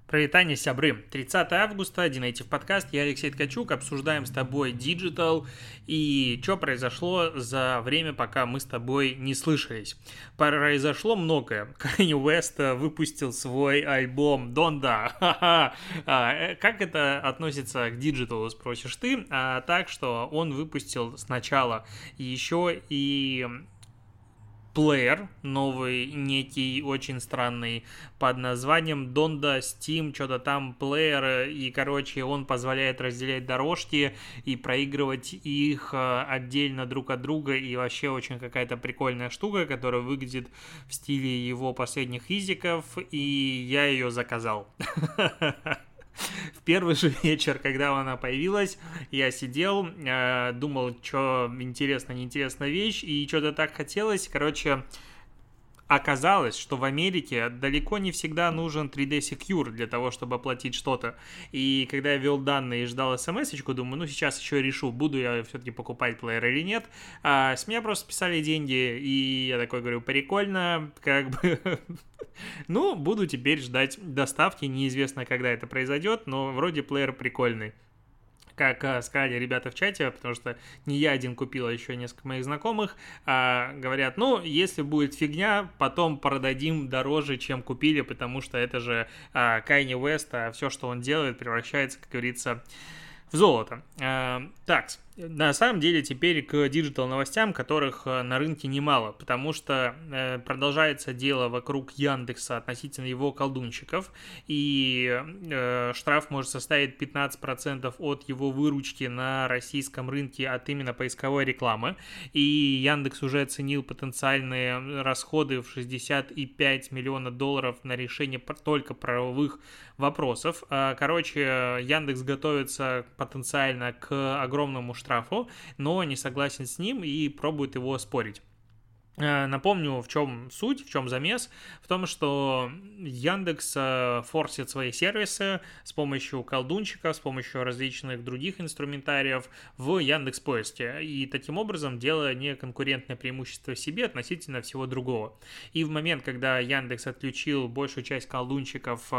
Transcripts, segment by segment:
Привет, сябры. 30 августа, Dinative подкаст, я Алексей Ткачук, обсуждаем с тобой Digital и что произошло за время, пока мы с тобой не слышались. Произошло многое. Kanye West выпустил свой альбом Donda. Как это относится к Digital, спросишь ты? Так, что он выпустил сначала еще и плеер новый, некий, очень странный, под названием Donda Steam, что-то там плеер, и, короче, он позволяет разделять дорожки и проигрывать их отдельно друг от друга, и вообще очень какая-то прикольная штука, которая выглядит в стиле его последних изиков, и я ее заказал. В первый же вечер, когда она появилась, я сидел, думал, что неинтересная вещь, и что-то так хотелось. Короче, оказалось, что в Америке далеко не всегда нужен 3D Secure для того, чтобы оплатить что-то. И когда я ввел данные и ждал смс-очку, думаю, сейчас еще решу, буду я все-таки покупать плеер или нет. С меня просто списали деньги, и я такой говорю, прикольно, как бы... буду теперь ждать доставки, неизвестно, когда это произойдет, но вроде плеер прикольный. Как сказали ребята в чате, потому что не я один купил, а еще несколько моих знакомых, говорят, если будет фигня, потом продадим дороже, чем купили, потому что это же Kanye West, а все, что он делает, превращается, как говорится, в золото. Так, на самом деле теперь к диджитал новостям, которых на рынке немало, потому что продолжается дело вокруг Яндекса относительно его колдунчиков, и штраф может составить 15% от его выручки на российском рынке от именно поисковой рекламы, и Яндекс уже оценил потенциальные расходы в $65 миллионов на решение только правовых вопросов. Короче, Яндекс готовится потенциально к огромному штрафу, но не согласен с ним и пробует его оспорить. Напомню, в чем суть, в чем замес, в том, что Яндекс форсит свои сервисы с помощью колдунчиков, с помощью различных других инструментариев в Яндекс.Поиске, и таким образом делая неконкурентное преимущество себе относительно всего другого. И в момент, когда Яндекс отключил большую часть колдунчиков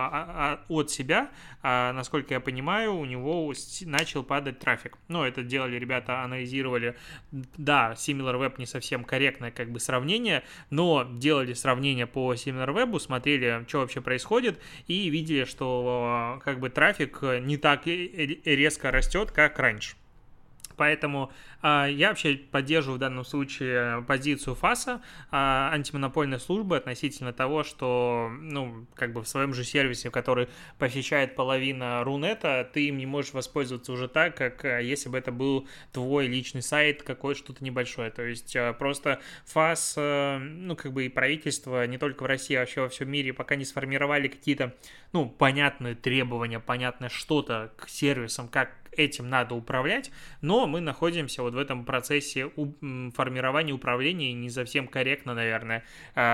от себя, насколько я понимаю, у него начал падать трафик. Это делали ребята, анализировали, да, SimilarWeb не совсем корректно сравнение, но делали сравнение по SimilarWeb, смотрели, что вообще происходит, и видели, что трафик не так резко растет, как раньше. Поэтому я вообще поддерживаю в данном случае позицию ФАСа, антимонопольной службы, относительно того, что, в своем же сервисе, который посещает половина Рунета, ты им не можешь воспользоваться уже так, как если бы это был твой личный сайт, что-то небольшое. То есть просто ФАС, и правительство, не только в России, а вообще во всем мире, пока не сформировали какие-то, понятные требования, понятное что-то к сервисам, как этим надо управлять, но мы находимся в этом процессе формирования управления не совсем корректно, наверное.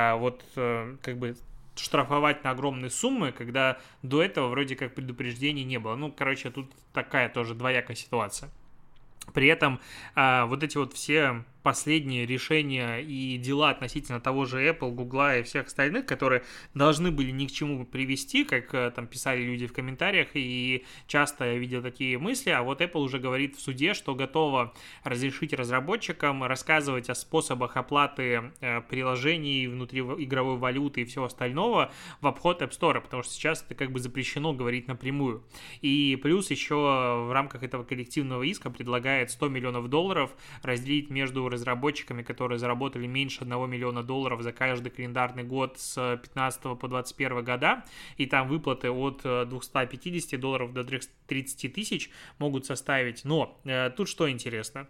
Штрафовать на огромные суммы, когда до этого вроде как предупреждений не было. Тут такая тоже двоякая ситуация. При этом эти все последние решения и дела относительно того же Apple, Google и всех остальных, которые должны были ни к чему привести, как там писали люди в комментариях, и часто я видел такие мысли, а вот Apple уже говорит в суде, что готова разрешить разработчикам рассказывать о способах оплаты приложений внутри игровой валюты и всего остального в обход App Store, потому что сейчас это запрещено говорить напрямую. И плюс еще в рамках этого коллективного иска предлагает $100 миллионов разделить между разработчиками, которые заработали меньше $1 миллиона за каждый календарный год с 15 по 21 года, и там выплаты от $250 до 30 тысяч могут составить. Но тут что интересно,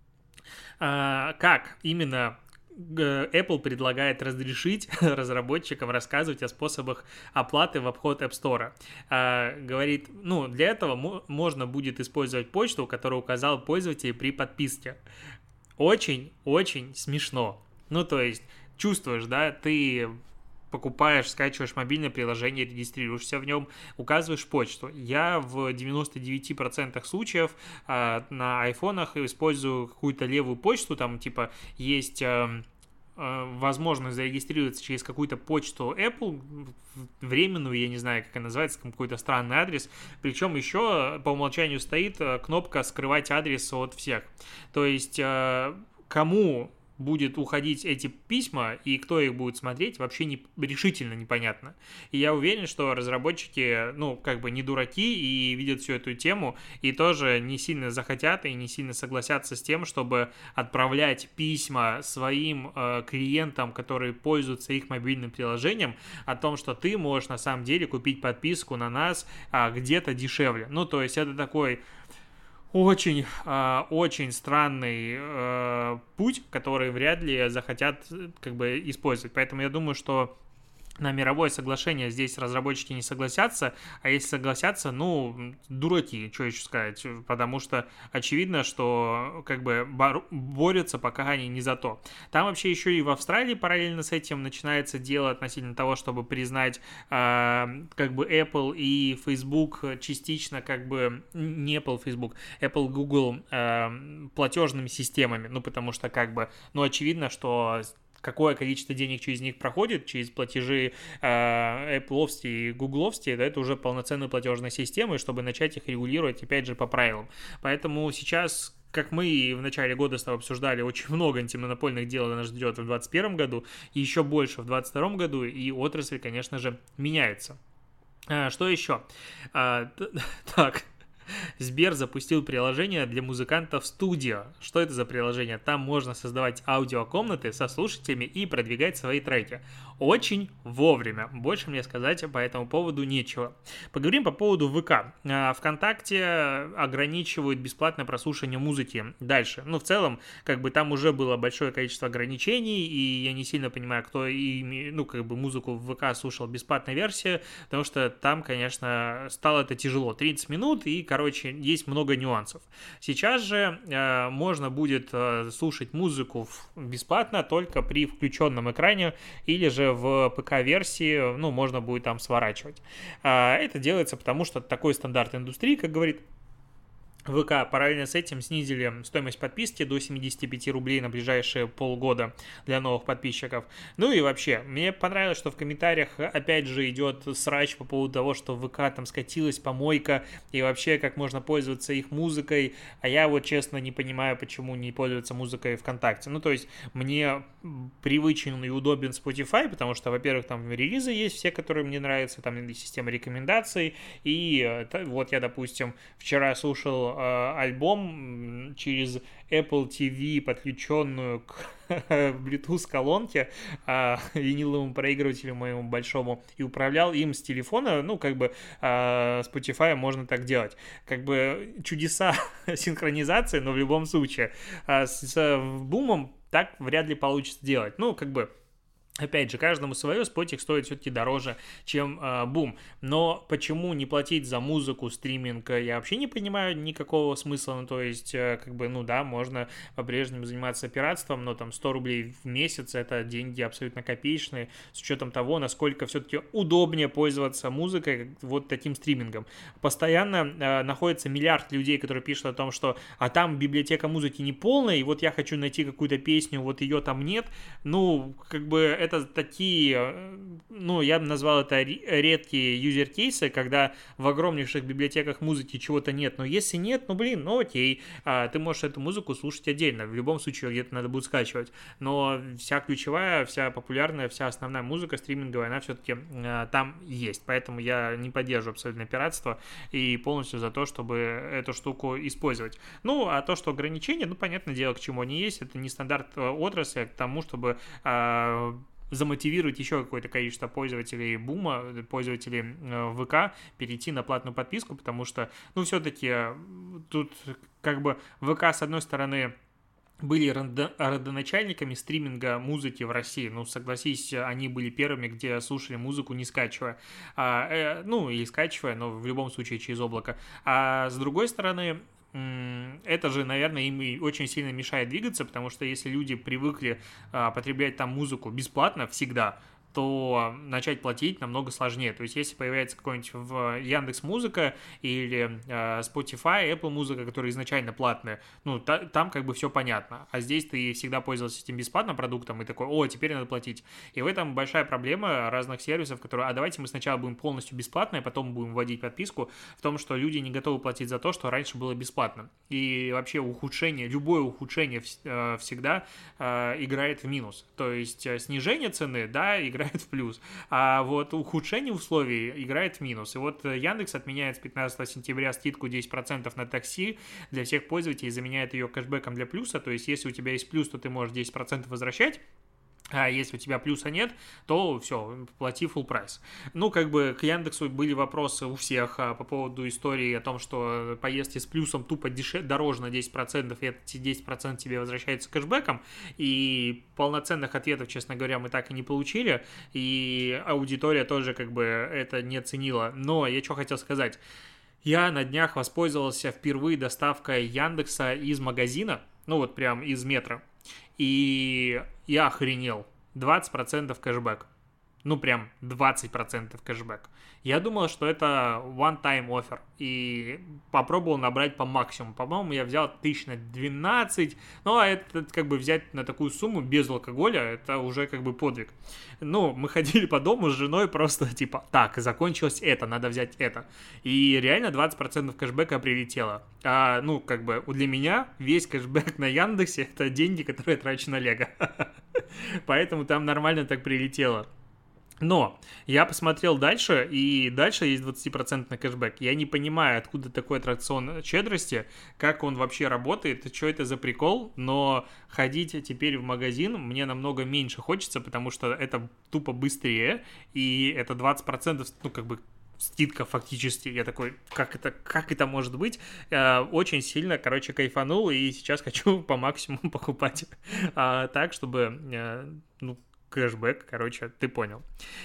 как именно Apple предлагает разрешить разработчикам рассказывать о способах оплаты в обход App Store. Говорит, для этого можно будет использовать почту, которую указал пользователь при подписке. Очень-очень смешно. То есть, чувствуешь, да, ты покупаешь, скачиваешь мобильное приложение, регистрируешься в нем, указываешь почту. Я в 99% случаев на айфонах использую какую-то левую почту, там есть возможность зарегистрироваться через какую-то почту Apple, временную, я не знаю, как она называется, какой-то странный адрес. Причем еще по умолчанию стоит кнопка «Скрывать адрес от всех». То есть кому будет уходить эти письма и кто их будет смотреть, вообще решительно непонятно. И я уверен, что разработчики, не дураки и видят всю эту тему, и тоже не сильно захотят и не сильно согласятся с тем, чтобы отправлять письма своим клиентам, которые пользуются их мобильным приложением, о том, что ты можешь на самом деле купить подписку на нас где-то дешевле. То есть это такой очень странный путь, который вряд ли захотят использовать. Поэтому я думаю, что на мировое соглашение здесь разработчики не согласятся, а если согласятся, дураки, что еще сказать, потому что очевидно, что борются, пока они не за то. Там вообще еще и в Австралии параллельно с этим начинается дело относительно того, чтобы признать Apple и Facebook частично не Apple, Facebook, Apple, Google платежными системами, потому что очевидно, что какое количество денег через них проходит, через платежи Apple'овские и Google'овские, это уже полноценные платежные системы, и чтобы начать их регулировать, опять же, по правилам. Поэтому сейчас, как мы и в начале года с тобой обсуждали, очень много антимонопольных дел нас ждет в 2021 году, и еще больше в 2022 году, и отрасль, конечно же, меняется. Что еще? Так... Сбер запустил приложение для музыкантов Studio. Что это за приложение? Там можно создавать аудиокомнаты со слушателями и продвигать свои треки. Очень вовремя. Больше мне сказать по этому поводу нечего. Поговорим по поводу ВК. ВКонтакте ограничивают бесплатное прослушивание музыки. Дальше. В целом, там уже было большое количество ограничений, и я не сильно понимаю, кто музыку в ВК слушал бесплатной версии, потому что там, конечно, стало это тяжело. 30 минут, и, есть много нюансов. Сейчас же можно будет слушать музыку бесплатно только при включенном экране, или же в ПК-версии, можно будет там сворачивать. Это делается потому, что такой стандарт индустрии, как говорит ВК. Параллельно с этим снизили стоимость подписки до 75 рублей на ближайшие полгода для новых подписчиков. И вообще, мне понравилось, что в комментариях опять же идет срач по поводу того, что в ВК там скатилась помойка, и вообще как можно пользоваться их музыкой, а я честно не понимаю, почему не пользоваться музыкой ВКонтакте. То есть мне привычен и удобен Spotify, потому что, во-первых, там релизы есть все, которые мне нравятся, там система рекомендаций, и я, допустим, вчера слушал альбом через Apple TV, подключенную к Bluetooth колонке, виниловому проигрывателю моему большому, и управлял им с телефона. Spotify можно так делать. Чудеса синхронизации, но в любом случае с бумом так вряд ли получится делать. Опять же, каждому свое, Spotify стоит все-таки дороже, чем Boom. Но почему не платить за музыку, стриминг, я вообще не понимаю никакого смысла. То есть, можно по-прежнему заниматься пиратством, но там 100 рублей в месяц — это деньги абсолютно копеечные, с учетом того, насколько все-таки удобнее пользоваться музыкой таким стримингом. Постоянно находится миллиард людей, которые пишут о том, что там библиотека музыки не полная, и я хочу найти какую-то песню, ее там нет. Это такие, я бы назвал это редкие юзер-кейсы, когда в огромнейших библиотеках музыки чего-то нет. Но если нет, окей, ты можешь эту музыку слушать отдельно. В любом случае где-то надо будет скачивать. Но вся ключевая, вся популярная, вся основная музыка стриминговая, она все-таки там есть. Поэтому я не поддерживаю абсолютно пиратство и полностью за то, чтобы эту штуку использовать. А то, что ограничения, понятное дело, к чему они есть. Это не стандарт отрасли, а к тому, чтобы замотивировать еще какое-то количество пользователей Бума, пользователей ВК перейти на платную подписку, потому что, все-таки тут ВК, с одной стороны, были родоначальниками стриминга музыки в России. Согласись, они были первыми, где слушали музыку, не скачивая. Или скачивая, но в любом случае через облако. А с другой стороны, это же, наверное, им и очень сильно мешает двигаться, потому что если люди привыкли потреблять там музыку бесплатно всегда, то начать платить намного сложнее. То есть, если появляется какой-нибудь в Яндекс.Музыка или Spotify, Apple Музыка, которые изначально платные, ну, там как бы все понятно. А здесь ты всегда пользовался этим бесплатным продуктом и такой, о, теперь надо платить. И в этом большая проблема разных сервисов, которые, а давайте мы сначала будем полностью бесплатно, а потом будем вводить подписку, в том, что люди не готовы платить за то, что раньше было бесплатно. И вообще любое ухудшение всегда играет в минус. То есть снижение цены, да, играет в плюс, а вот ухудшение условий играет в минус. И вот Яндекс отменяет с 15 сентября скидку 10% на такси для всех пользователей, заменяет ее кэшбэком для плюса, то есть если у тебя есть плюс, то ты можешь 10% возвращать, а если у тебя плюса нет, то все, плати full прайс. Ну, как бы к Яндексу были вопросы у всех по поводу истории о том, что поездки с плюсом тупо дороже на 10%, и эти 10% тебе возвращаются кэшбэком, и полноценных ответов, честно говоря, мы так и не получили, и аудитория тоже как бы это не оценила. Но я что хотел сказать. Я на днях воспользовался впервые доставкой Яндекса из магазина, ну вот прям из метро. И я охренел. 20% кэшбэк. Ну, прям 20% кэшбэк. Я думал, что это one-time offer. И попробовал набрать по максимуму. По-моему, я взял 1012. Ну, а это как бы взять на такую сумму без алкоголя, это уже как бы подвиг. Ну, мы ходили по дому с женой просто типа, так, закончилось это, надо взять это. И реально 20% кэшбэка прилетело. А, ну, как бы для меня весь кэшбэк на Яндексе — это деньги, которые я трачу на Лего. Поэтому там нормально так прилетело. Но я посмотрел дальше, и дальше есть 20% кэшбэк. Я не понимаю, откуда такой аттракцион щедрости, как он вообще работает, что это за прикол, но ходить теперь в магазин мне намного меньше хочется, потому что это тупо быстрее, и это 20%, ну, как бы, скидка фактически. Я такой, как это может быть? Очень сильно, короче, кайфанул, и сейчас хочу по максимуму покупать так, чтобы, ну, кэшбэк, короче, ты понял.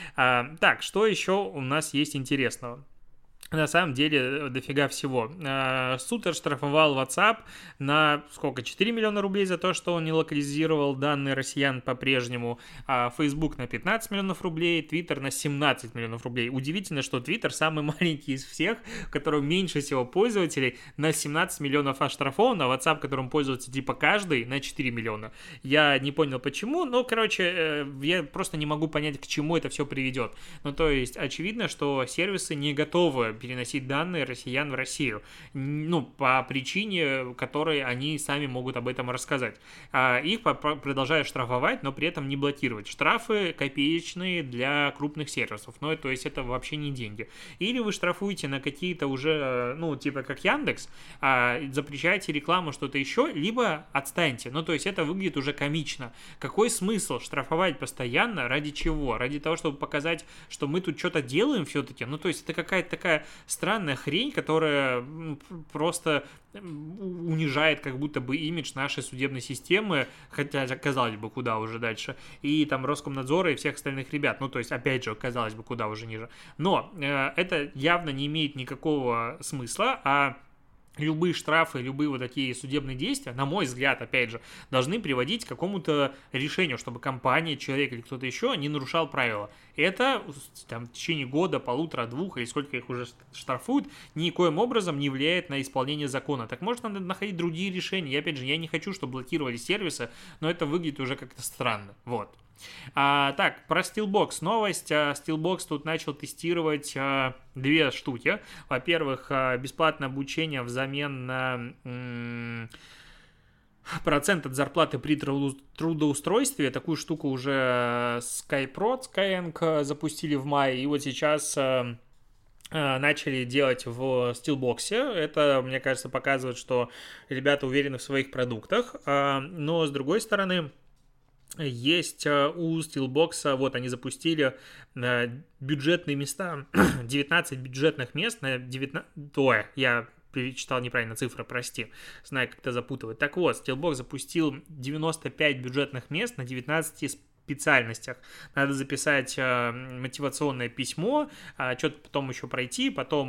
Так, что еще у нас есть интересного? На самом деле дофига всего. Суд оштрафовал WhatsApp на сколько? 4 миллиона рублей за то, что он не локализировал данные россиян по-прежнему, а Facebook на 15 миллионов рублей, Twitter на 17 миллионов рублей. Удивительно, что Twitter самый маленький из всех, у которого меньше всего пользователей, на 17 миллионов оштрафован, а WhatsApp, которым пользуется типа каждый, на 4 миллиона. Я не понял почему, но, короче, я просто не могу понять, к чему это все приведет. Ну, то есть, очевидно, что сервисы не готовы переносить данные россиян в Россию. Ну, по причине, которой они сами могут об этом рассказать. Их продолжают штрафовать, но при этом не блокировать. Штрафы копеечные для крупных сервисов. Ну, то есть, это вообще не деньги. Или вы штрафуете на какие-то уже, ну, типа как Яндекс, запрещаете рекламу, что-то еще, либо отстаньте. Ну, то есть, это выглядит уже комично. Какой смысл штрафовать постоянно? Ради чего? Ради того, чтобы показать, что мы тут что-то делаем все-таки? Ну, то есть, это какая-то такая странная хрень, которая просто унижает как будто бы имидж нашей судебной системы, хотя, казалось бы, куда уже дальше, и там Роскомнадзора и всех остальных ребят, ну, то есть, опять же, казалось бы, куда уже ниже. Но это явно не имеет никакого смысла, а любые штрафы, любые вот такие судебные действия, на мой взгляд, опять же, должны приводить к какому-то решению, чтобы компания, человек или кто-то еще не нарушал правила. Это там, в течение года, полутора, двух, или сколько их уже штрафуют, никоим образом не влияет на исполнение закона. Так можно находить другие решения. И опять же, я не хочу, чтобы блокировали сервисы, но это выглядит уже как-то странно. Вот. Так, про Steelbox новость. Steelbox тут начал тестировать две штуки. Во-первых, бесплатное обучение взамен на процент от зарплаты при трудоустройстве. Такую штуку уже Skyeng запустили в мае, и вот сейчас начали делать в Steelbox. Это, мне кажется, показывает, что ребята уверены в своих продуктах. Но, с другой стороны, есть у Steelbox, вот они запустили бюджетные места, 19 бюджетных мест на 19... Ой, я перечитал неправильно цифры, прости, знаю, как это запутывать. Так вот, Steelbox запустил 95 бюджетных мест на 19 специальностях. Надо записать мотивационное письмо, что-то потом еще пройти, потом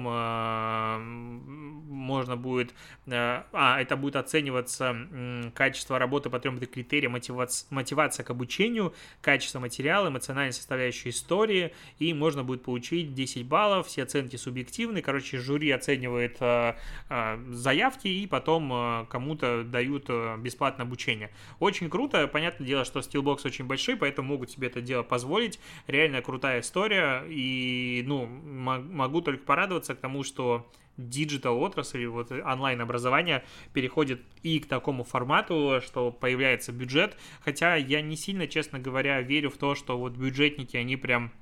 можно будет... это будет оцениваться качество работы по 3 критериям: мотивация к обучению, качество материала, эмоциональная составляющая истории, и можно будет получить 10 баллов, все оценки субъективны. Короче, жюри оценивает заявки, и потом кому-то дают бесплатное обучение. Очень круто. Понятное дело, что Steelbox очень большой, поэтому могут себе это дело позволить. Реально крутая история, и, могу только порадоваться к тому, что диджитал отрасль, вот онлайн-образование переходит и к такому формату, что появляется бюджет, хотя я не сильно, честно говоря, верю в то, что вот бюджетники, они прям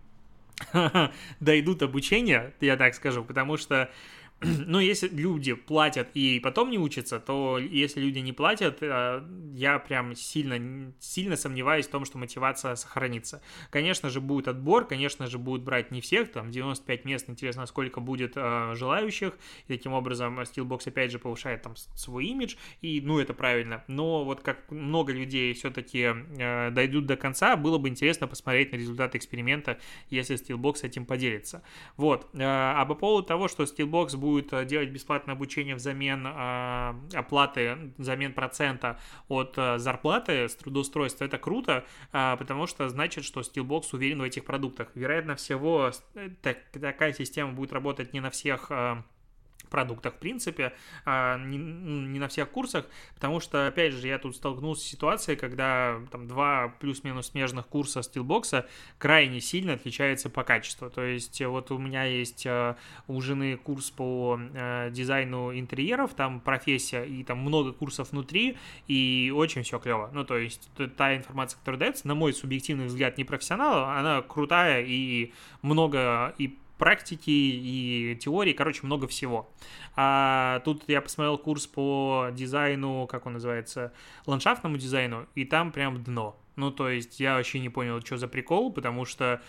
дойдут обучения, я так скажу, потому что если люди платят и потом не учатся, то если люди не платят, я прям сильно сомневаюсь в том, что мотивация сохранится. Конечно же, будет отбор, конечно же, будут брать не всех, там 95 мест, интересно, сколько будет желающих, и таким образом Steelbox опять же повышает там свой имидж, и, это правильно. Но вот как много людей все-таки дойдут до конца, было бы интересно посмотреть на результаты эксперимента, если Steelbox этим поделится. Вот. А по поводу того, что Steelbox будет делать бесплатное обучение взамен оплаты, взамен процента от зарплаты с трудоустройства, это круто, потому что значит, что Steelbox уверен в этих продуктах. Вероятно всего, такая система будет работать не на всех продуктах, в принципе, не на всех курсах, потому что, опять же, я тут столкнулся с ситуацией, когда там 2 плюс-минус смежных курса Steelbox крайне сильно отличаются по качеству. То есть вот у меня есть у жены курс по дизайну интерьеров, там профессия, и там много курсов внутри, и очень все клево. То есть та информация, которая дается, на мой субъективный взгляд, не профессионала, она крутая, и много и практики, и теории, много всего. Тут я посмотрел курс по дизайну, как он называется, ландшафтному дизайну, и там прям дно. То есть я вообще не понял, что за прикол, потому что,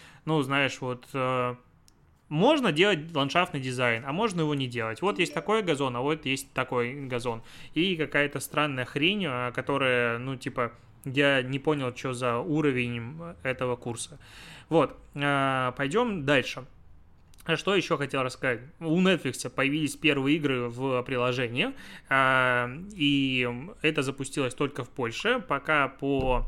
можно делать ландшафтный дизайн, а можно его не делать. Вот есть такой газон, а вот есть такой газон. И какая-то странная хрень, которая, я не понял, что за уровень этого курса. Вот, пойдем дальше. Что еще хотел рассказать? У Netflix появились первые игры в приложении, и это запустилось только в Польше, пока по...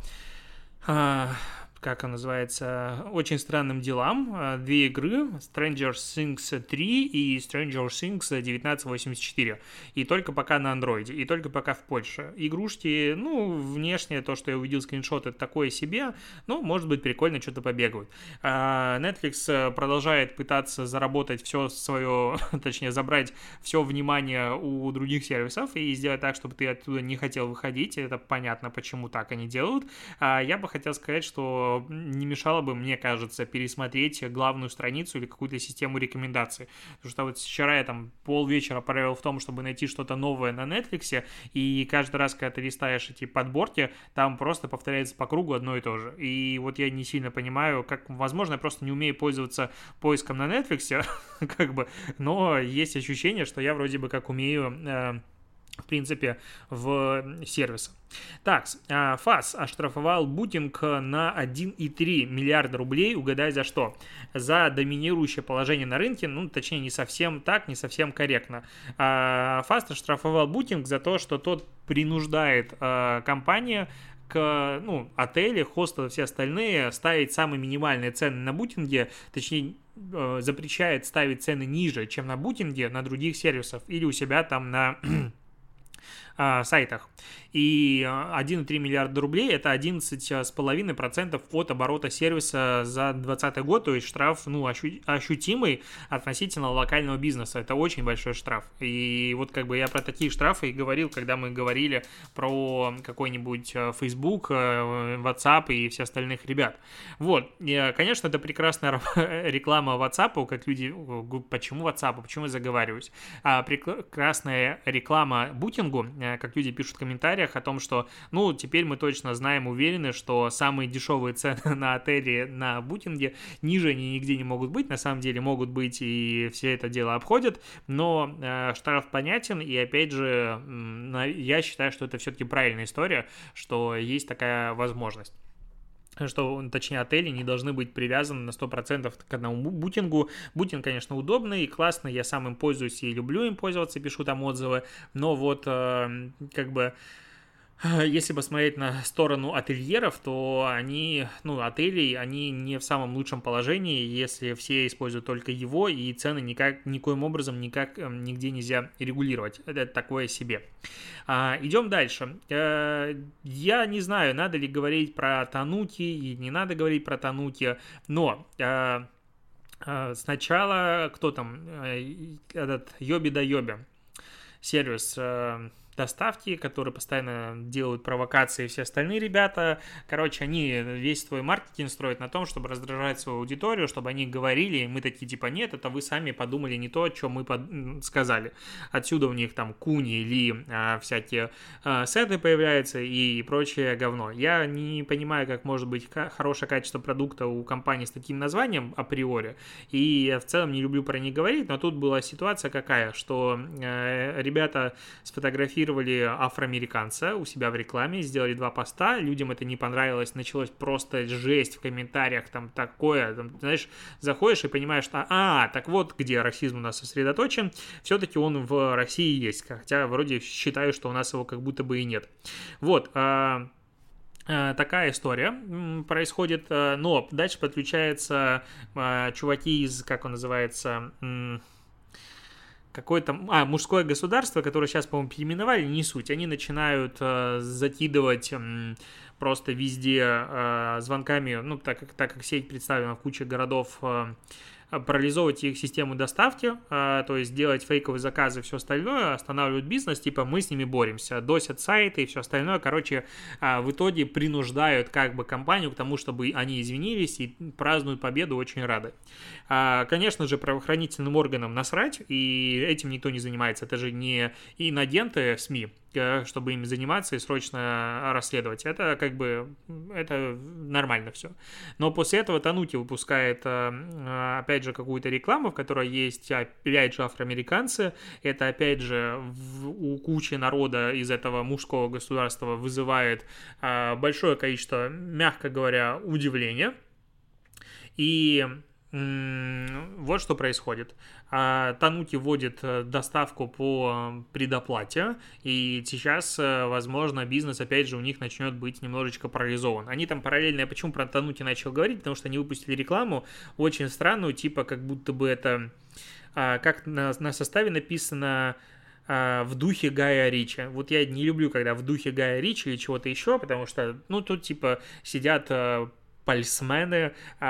как он называется, очень странным делам. 2 игры, Stranger Things 3 и Stranger Things 1984. И только пока на андроиде, и только пока в Польше. Игрушки, внешне то, что я увидел скриншот, это такое себе, может быть, прикольно что-то побегают. Netflix продолжает пытаться заработать все свое, точнее, забрать все внимание у других сервисов и сделать так, чтобы ты оттуда не хотел выходить. Это понятно, почему так они делают. Я бы хотел сказать, что не мешало бы, мне кажется, пересмотреть главную страницу или какую-то систему рекомендаций. Потому что вот вчера я там полвечера провел в том, чтобы найти что-то новое на Netflix, и каждый раз, когда ты листаешь эти подборки, там просто повторяется по кругу одно и то же. И вот я не сильно понимаю, как, возможно, я просто не умею пользоваться поиском на Netflix, но есть ощущение, что я вроде бы как умею... в принципе, в сервисах. Так, ФАС оштрафовал Booking на 1,3 миллиарда рублей. Угадай за что? За доминирующее положение на рынке, точнее, не совсем так, не совсем корректно. ФАС оштрафовал Booking за то, что тот принуждает компанию отели, хостелы, все остальные ставить самые минимальные цены на букинге, точнее, запрещает ставить цены ниже, чем на букинге, на других сервисах или у себя там на сайтах. И 1,3 миллиарда рублей – это 11,5% от оборота сервиса за 2020 год, то есть штраф ощутимый относительно локального бизнеса. Это очень большой штраф. И вот я про такие штрафы и говорил, когда мы говорили про какой-нибудь Facebook, WhatsApp и все остальных ребят. Вот. И, конечно, это прекрасная реклама WhatsApp, как люди... Почему WhatsApp? Почему я заговариваюсь? Прекрасная реклама букингу, как люди пишут в комментариях о том, что, теперь мы точно знаем, уверены, что самые дешевые цены на отели на букинге ниже они нигде не могут быть, на самом деле могут быть, и все это дело обходят, но штраф понятен, и опять же, я считаю, что это все-таки правильная история, что есть такая возможность. что, точнее, отели не должны быть привязаны на 100% к одному бутингу. Бутинг, конечно, удобный и классный, я сам им пользуюсь и люблю им пользоваться, пишу там отзывы, но вот как бы если посмотреть на сторону ательеров, то они, ну, отелей, они не в самом лучшем положении, если все используют только его, и цены никоим образом нигде нельзя регулировать. Это такое себе. Идем дальше. Я не знаю, надо ли говорить про Тануки и не надо говорить про Тануки, но сначала, кто там, этот Йоби да Йоби, сервис доставки, которые постоянно делают провокации, и все остальные ребята. Короче, они весь свой маркетинг строят на том, чтобы раздражать свою аудиторию, чтобы они говорили, и мы такие типа, нет, это вы сами подумали не то, о чем мы сказали. Отсюда у них там куни, ли, всякие сеты появляются и прочее говно. Я не понимаю, как может быть хорошее качество продукта у компании с таким названием априори, и я в целом не люблю про них говорить, но тут была ситуация какая, что ребята сфотографировали афроамериканца у себя в рекламе, сделали 2 поста, людям это не понравилось, началось просто жесть в комментариях, там такое, там, знаешь, заходишь и понимаешь, что, так вот, где расизм у нас сосредоточен, все-таки он в России есть, хотя вроде считаю, что у нас его как будто бы и нет. Вот, такая история происходит, но дальше подключаются чуваки из, как он называется, какое-то, мужское государство, которое сейчас, по-моему, переименовали, не суть, они начинают закидывать просто везде звонками, ну, так как сеть представлена в куче городов, парализовывать их систему доставки, то есть делать фейковые заказы и все остальное, останавливают бизнес, типа мы с ними боремся, досят сайты и все остальное, короче, в итоге принуждают как бы компанию к тому, чтобы они извинились и празднуют победу, очень рады. Конечно же, правоохранительным органам насрать, и этим никто не занимается, это же не инагенты СМИ, чтобы им заниматься и срочно расследовать. Это как бы, это нормально все. Но после этого Тануки выпускает, опять же, какую-то рекламу, в которой есть, опять же, афроамериканцы. Это, опять же, у кучи народа из этого мужского государства вызывает большое количество, мягко говоря, удивления. И вот что происходит. Тануки вводит доставку по предоплате, и сейчас, возможно, бизнес, опять же, у них начнет быть немножечко парализован. Они там параллельно, я почему про Тануки начал говорить, потому что они выпустили рекламу очень странную, типа как будто бы это, как на составе написано, в духе Гая Ричи. Вот я не люблю, когда в духе Гая Ричи или чего-то еще, потому что, ну, тут типа сидят полисмены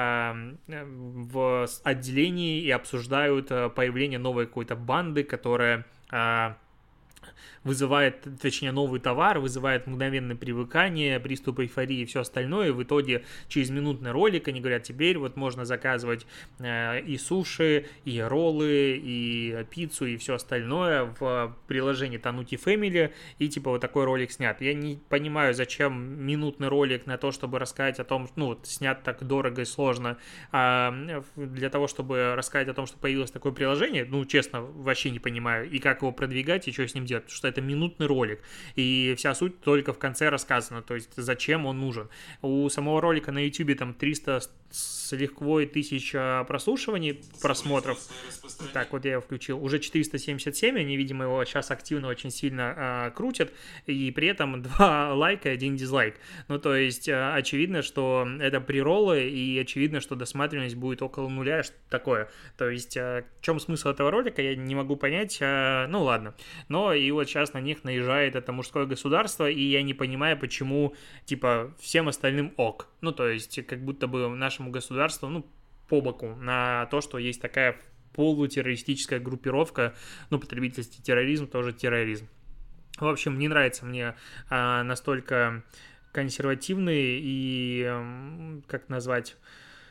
в отделении и обсуждают появление новой какой-то банды, которая вызывает, точнее, новый товар, вызывает мгновенное привыкание, приступ эйфории и все остальное. И в итоге через минутный ролик они говорят, теперь вот можно заказывать и суши, и роллы, и пиццу, и все остальное в приложении Tanuki Family, и типа вот такой ролик снят. Я не понимаю, зачем минутный ролик на то, чтобы рассказать о том, ну, вот снят так дорого и сложно, для того, чтобы рассказать о том, что появилось такое приложение, ну, честно, вообще не понимаю, и как его продвигать, и что с ним делать, потому что это минутный ролик, и вся суть только в конце рассказана, то есть зачем он нужен. У самого ролика на YouTube там 300 с лихвой тысяч прослушиваний, просмотров. Так, вот я его включил. Уже 477, они, видимо, его сейчас активно очень сильно крутят, и при этом 2 лайка и 1 дизлайк. Ну, то есть, очевидно, что это прероллы, и очевидно, что досматриваемость будет около нуля, что такое. То есть, в чем смысл этого ролика, я не могу понять, ну, ладно. Но и вот сейчас на них наезжает это мужское государство, и я не понимаю, почему, типа, всем остальным ок. Ну, то есть, как будто бы нашему государству, ну, по боку на то, что есть такая полутеррористическая группировка, ну, потребительский терроризм, тоже терроризм. В общем, не нравится мне настолько консервативные и, как назвать,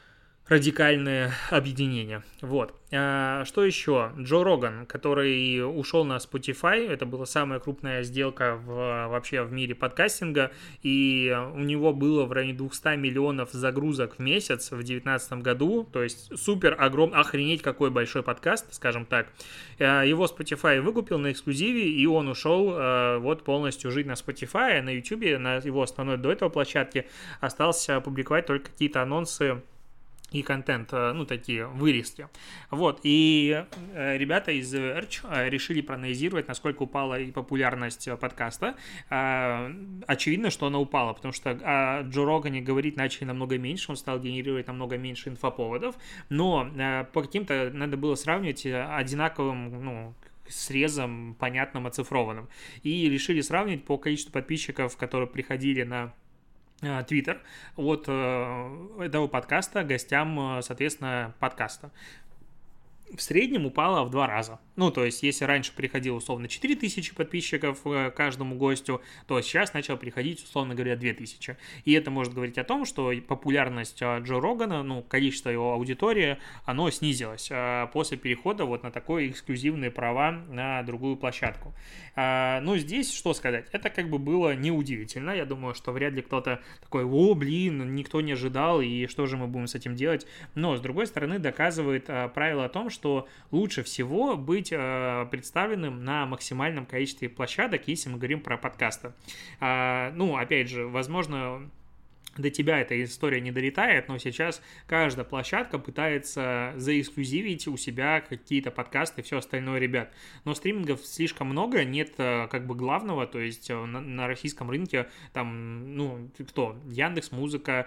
радикальное объединение. Вот. Что еще? Джо Роган, который ушел на Spotify, это была самая крупная сделка вообще в мире подкастинга, и у него было в районе 200 миллионов загрузок в месяц в 2019 году, то есть супер огромный, охренеть какой большой подкаст, скажем так. Его Spotify выкупил на эксклюзиве, и он ушел вот полностью жить на Spotify, на YouTube, на его основной до этого площадке остался публиковать только какие-то анонсы и контент, ну, такие вырезки. Вот, и ребята из The Verge решили проанализировать, насколько упала и популярность подкаста. Очевидно, что она упала, потому что о Джо Рогане говорить начали намного меньше, он стал генерировать намного меньше инфоповодов, но по каким-то надо было сравнивать одинаковым, ну, срезом, понятным, оцифрованным. И решили сравнивать по количеству подписчиков, которые приходили на Твиттер от этого подкаста гостям, соответственно, подкаста. В среднем упала в 2 раза. Ну, то есть, если раньше приходило, условно, 4000 подписчиков каждому гостю, то сейчас начало приходить, условно говоря, 2000. И это может говорить о том, что популярность Джо Рогана, ну, количество его аудитории, оно снизилось после перехода вот на такие эксклюзивные права на другую площадку. Ну, здесь что сказать? Это как бы было неудивительно. Я думаю, что вряд ли кто-то такой: о, блин, никто не ожидал, и что же мы будем с этим делать? Но, с другой стороны, доказывает правило о том, что лучше всего быть представленным на максимальном количестве площадок, если мы говорим про подкасты. Ну, опять же, возможно, до тебя эта история не долетает, но сейчас каждая площадка пытается заэксклюзивить у себя какие-то подкасты и все остальное, ребят. Но стримингов слишком много, нет как бы главного, то есть на российском рынке там, ну, кто? Яндекс.Музыка,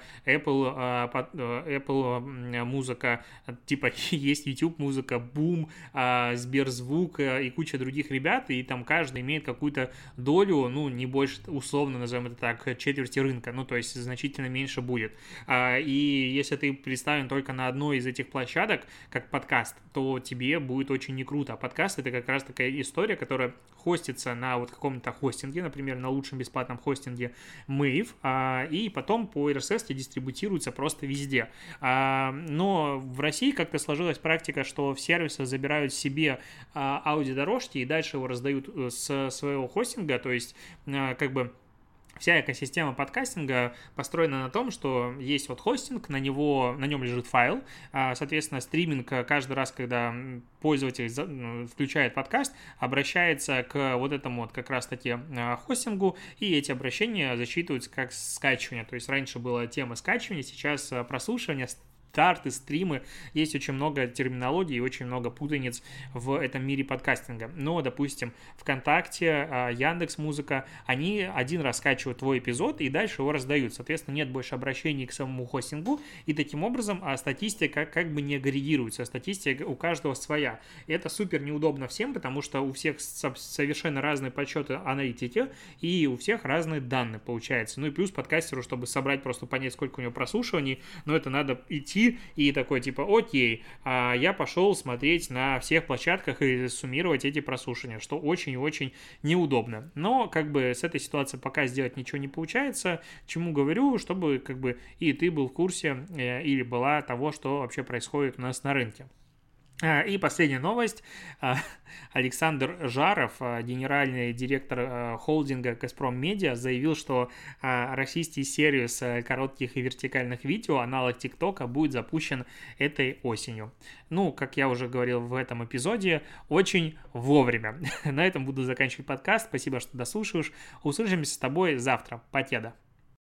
Apple Музыка, типа есть YouTube Музыка, Boom, Сберзвук и куча других ребят, и там каждый имеет какую-то долю, ну, не больше, условно назовем это так, четверти рынка, ну, то есть значительно меньше будет. И если ты представлен только на одной из этих площадок, как подкаст, то тебе будет очень не круто. А подкаст — это как раз такая история, которая хостится на вот каком-то хостинге, например, на лучшем бесплатном хостинге Mave, и потом по RSS дистрибутируется просто везде. Но в России как-то сложилась практика, что в сервисы забирают себе аудиодорожки и дальше его раздают с своего хостинга, то есть как бы вся экосистема подкастинга построена на том, что есть вот хостинг, на нем лежит файл, соответственно, стриминг каждый раз, когда пользователь включает подкаст, обращается к вот этому вот как раз-таки хостингу, и эти обращения засчитываются как скачивание. То есть раньше была тема скачивания, сейчас прослушивание, старты, стримы, есть очень много терминологии и очень много путаниц в этом мире подкастинга. Но, допустим, ВКонтакте, Яндекс.Музыка, они один раз скачивают твой эпизод и дальше его раздают. Соответственно, нет больше обращений к самому хостингу, и таким образом статистика как бы не агрегируется, статистика у каждого своя. И это супер неудобно всем, потому что у всех совершенно разные подсчеты аналитики, и у всех разные данные получается. Ну и плюс подкастеру, чтобы собрать, просто понять, сколько у него прослушиваний, но это надо идти и такой типа: окей, я пошел смотреть на всех площадках и суммировать эти прослушивания, что очень и очень неудобно. Но как бы с этой ситуацией пока сделать ничего не получается. Чему говорю, чтобы как бы и ты был в курсе или была того, что вообще происходит у нас на рынке. И последняя новость. Александр Жаров, генеральный директор холдинга «Газпром Медиа», заявил, что российский сервис коротких и вертикальных видео, аналог ТикТока, будет запущен этой осенью. Ну, как я уже говорил в этом эпизоде, очень вовремя. На этом буду заканчивать подкаст. Спасибо, что дослушаешь. Услышимся с тобой завтра. Покеда.